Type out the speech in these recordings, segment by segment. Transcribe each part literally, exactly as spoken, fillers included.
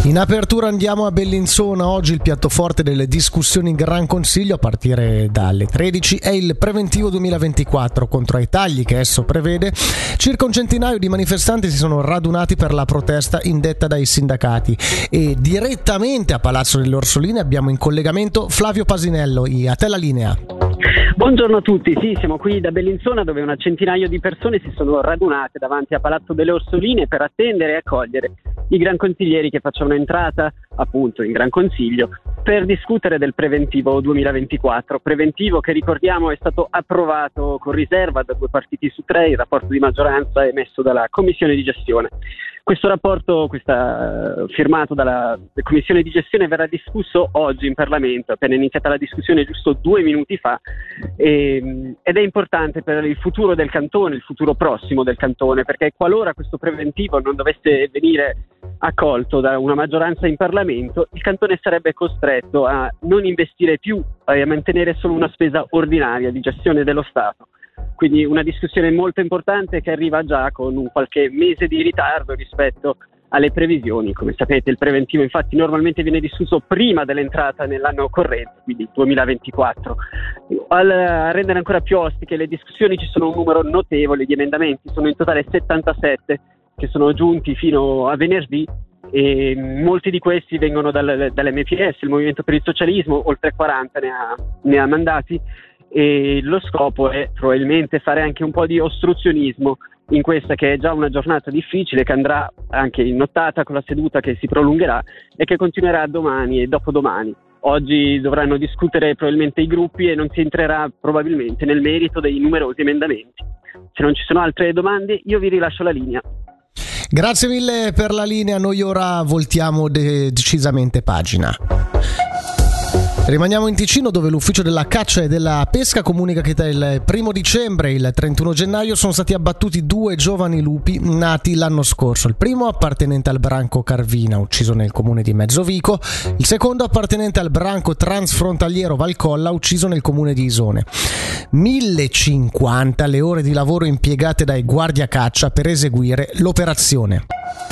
In apertura andiamo a Bellinzona. Oggi il piatto forte delle discussioni in Gran Consiglio a partire dalle tredici è il preventivo duemilaventiquattro. Contro i tagli che esso prevede, circa un centinaio di manifestanti si sono radunati per la protesta indetta dai sindacati e direttamente a Palazzo delle Orsoline abbiamo in collegamento Flavio Pasinello. A te la linea. Buongiorno a tutti, sì, siamo qui da Bellinzona dove una centinaio di persone si sono radunate davanti a Palazzo delle Orsoline per attendere e accogliere i gran consiglieri che facciano entrata appunto in Gran Consiglio per discutere del preventivo duemilaventiquattro, preventivo che ricordiamo è stato approvato con riserva da due partiti su tre, il rapporto di maggioranza emesso dalla Commissione di Gestione. Questo rapporto, questa, firmato dalla Commissione di Gestione, verrà discusso oggi in Parlamento, appena iniziata la discussione giusto due minuti fa, e, ed è importante per il futuro del cantone, il futuro prossimo del cantone, perché qualora questo preventivo non dovesse venire accolto da una maggioranza in Parlamento, il cantone sarebbe costretto a non investire più e a mantenere solo una spesa ordinaria di gestione dello Stato. Quindi una discussione molto importante che arriva già con un qualche mese di ritardo rispetto alle previsioni. Come sapete, il preventivo infatti normalmente viene discusso prima dell'entrata nell'anno corrente, quindi duemilaventiquattro. Al, a rendere ancora più ostiche le discussioni ci sono un numero notevole di emendamenti, sono in totale settantasette che sono giunti fino a venerdì e molti di questi vengono dal, dall'M P S, il Movimento per il Socialismo, oltre quaranta ne ha, ne ha mandati, e lo scopo è probabilmente fare anche un po' di ostruzionismo in questa che è già una giornata difficile, che andrà anche in nottata con la seduta che si prolungherà e che continuerà domani e dopodomani. Oggi dovranno discutere probabilmente i gruppi e non si entrerà probabilmente nel merito dei numerosi emendamenti. Se non ci sono altre domande io vi rilascio la linea. Grazie mille per la linea, noi ora voltiamo decisamente pagina. Rimaniamo in Ticino, dove l'ufficio della caccia e della pesca comunica che tra il primo dicembre e il trentuno gennaio sono stati abbattuti due giovani lupi nati l'anno scorso. Il primo appartenente al branco Carvina, ucciso nel comune di Mezzovico, il secondo appartenente al branco transfrontaliero Valcolla, ucciso nel comune di Isone. mille cinquanta le ore di lavoro impiegate dai guardia caccia per eseguire l'operazione.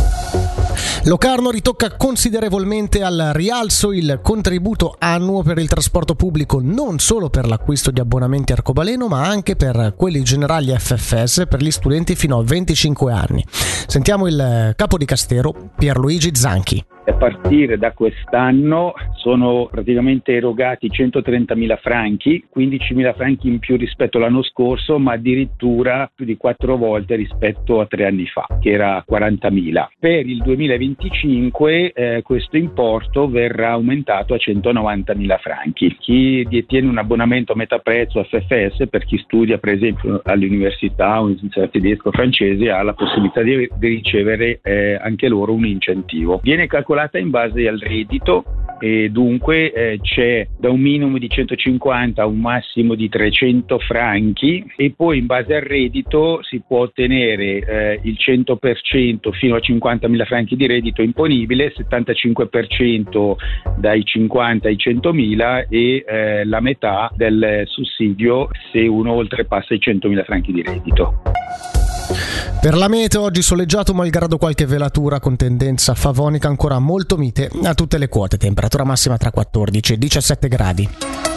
Locarno ritocca considerevolmente al rialzo il contributo annuo per il trasporto pubblico, non solo per l'acquisto di abbonamenti arcobaleno, ma anche per quelli generali F F S per gli studenti fino a venticinque anni. Sentiamo il capo di Castero, Pierluigi Zanchi. A partire da quest'anno sono praticamente erogati centotrentamila franchi, quindicimila franchi in più rispetto all'anno scorso, ma addirittura più di quattro volte rispetto a tre anni fa, che era quarantamila. Per il duemilaventicinque eh, questo importo verrà aumentato a centonovantamila franchi. Chi detiene un abbonamento a metà prezzo F F S, per chi studia per esempio all'università o in tedesco o francese, ha la possibilità di, di ricevere eh, anche loro un incentivo. Viene calcolato in base al reddito e dunque eh, c'è da un minimo di centocinquanta a un massimo di trecento franchi, e poi in base al reddito si può ottenere eh, il cento per cento fino a cinquantamila franchi di reddito imponibile, settantacinque per cento dai cinquanta ai centomila e eh, la metà del sussidio se uno oltrepassa i centomila franchi di reddito. Per la meteo oggi soleggiato malgrado qualche velatura con tendenza favonica ancora molto mite a tutte le quote, temperatura massima tra quattordici e diciassette gradi.